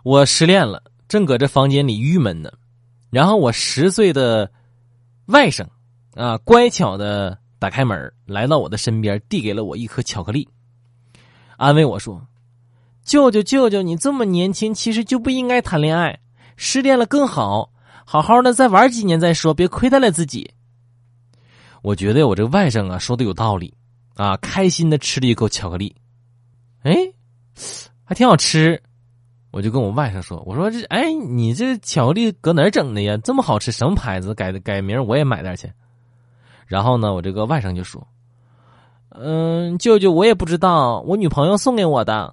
我失恋了，正搁这房间里郁闷呢。然后我10岁的外甥乖巧的打开门来到我的身边，递给了我一颗巧克力，安慰我说：舅舅，你这么年轻，其实就不应该谈恋爱，失恋了更好，好好的再玩几年再说，别亏待了自己。我觉得我这个外甥说的有道理开心的吃了一口巧克力，还挺好吃。我就跟我外甥说，我说你这巧克力搁哪儿整的呀？这么好吃，什么牌子？改名我也买点去。然后呢，我这个外甥就说：舅舅，我也不知道，我女朋友送给我的。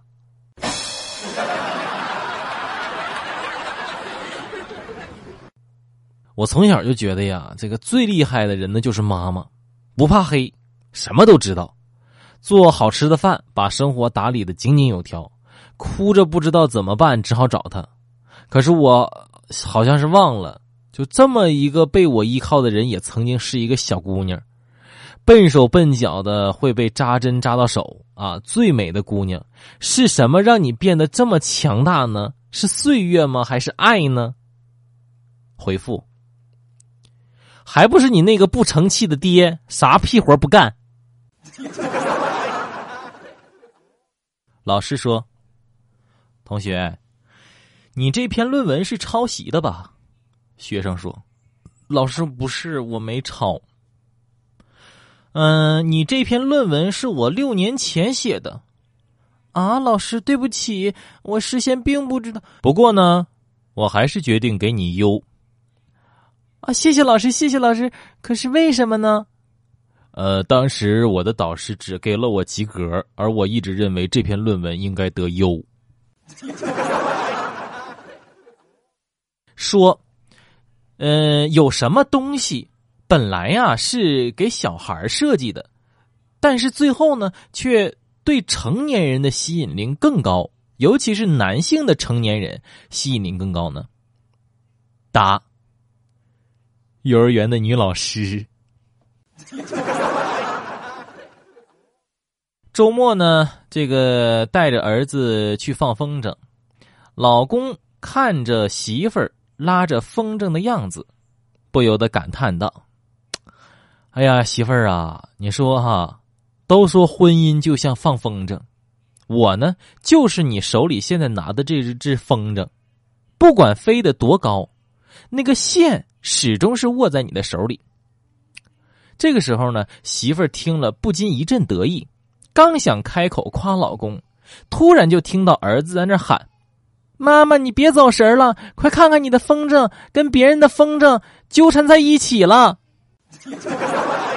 我从小就觉得呀，这个最厉害的人呢就是妈妈，不怕黑，什么都知道，做好吃的饭，把生活打理得井井有条，哭着不知道怎么办，只好找她。可是我好像是忘了，就这么一个被我依靠的人，也曾经是一个小姑娘，笨手笨脚的，会被扎针扎到手最美的姑娘，是什么让你变得这么强大呢？是岁月吗？还是爱呢？回复：还不是你那个不成器的爹，啥屁活不干。老师说：同学，你这篇论文是抄袭的吧？学生说：老师，不是，我没抄。你这篇论文是我6年前写的。老师，对不起，我事先并不知道。不过呢，我还是决定给你优。谢谢老师，谢谢老师。可是为什么呢？当时我的导师只给了我及格，而我一直认为这篇论文应该得优。说，有什么东西本来是给小孩设计的，但是最后呢，却对成年人的吸引力更高，尤其是男性的成年人吸引力更高呢？答：幼儿园的女老师。周末呢，这个带着儿子去放风筝，老公看着媳妇儿拉着风筝的样子，不由得感叹道：哎呀，媳妇儿你说都说婚姻就像放风筝，我呢就是你手里现在拿的这只风筝，不管飞得多高，那个线始终是握在你的手里。这个时候呢，媳妇儿听了不禁一阵得意，刚想开口夸老公，突然就听到儿子在那喊：妈妈，你别走神了，快看看你的风筝跟别人的风筝纠缠在一起了。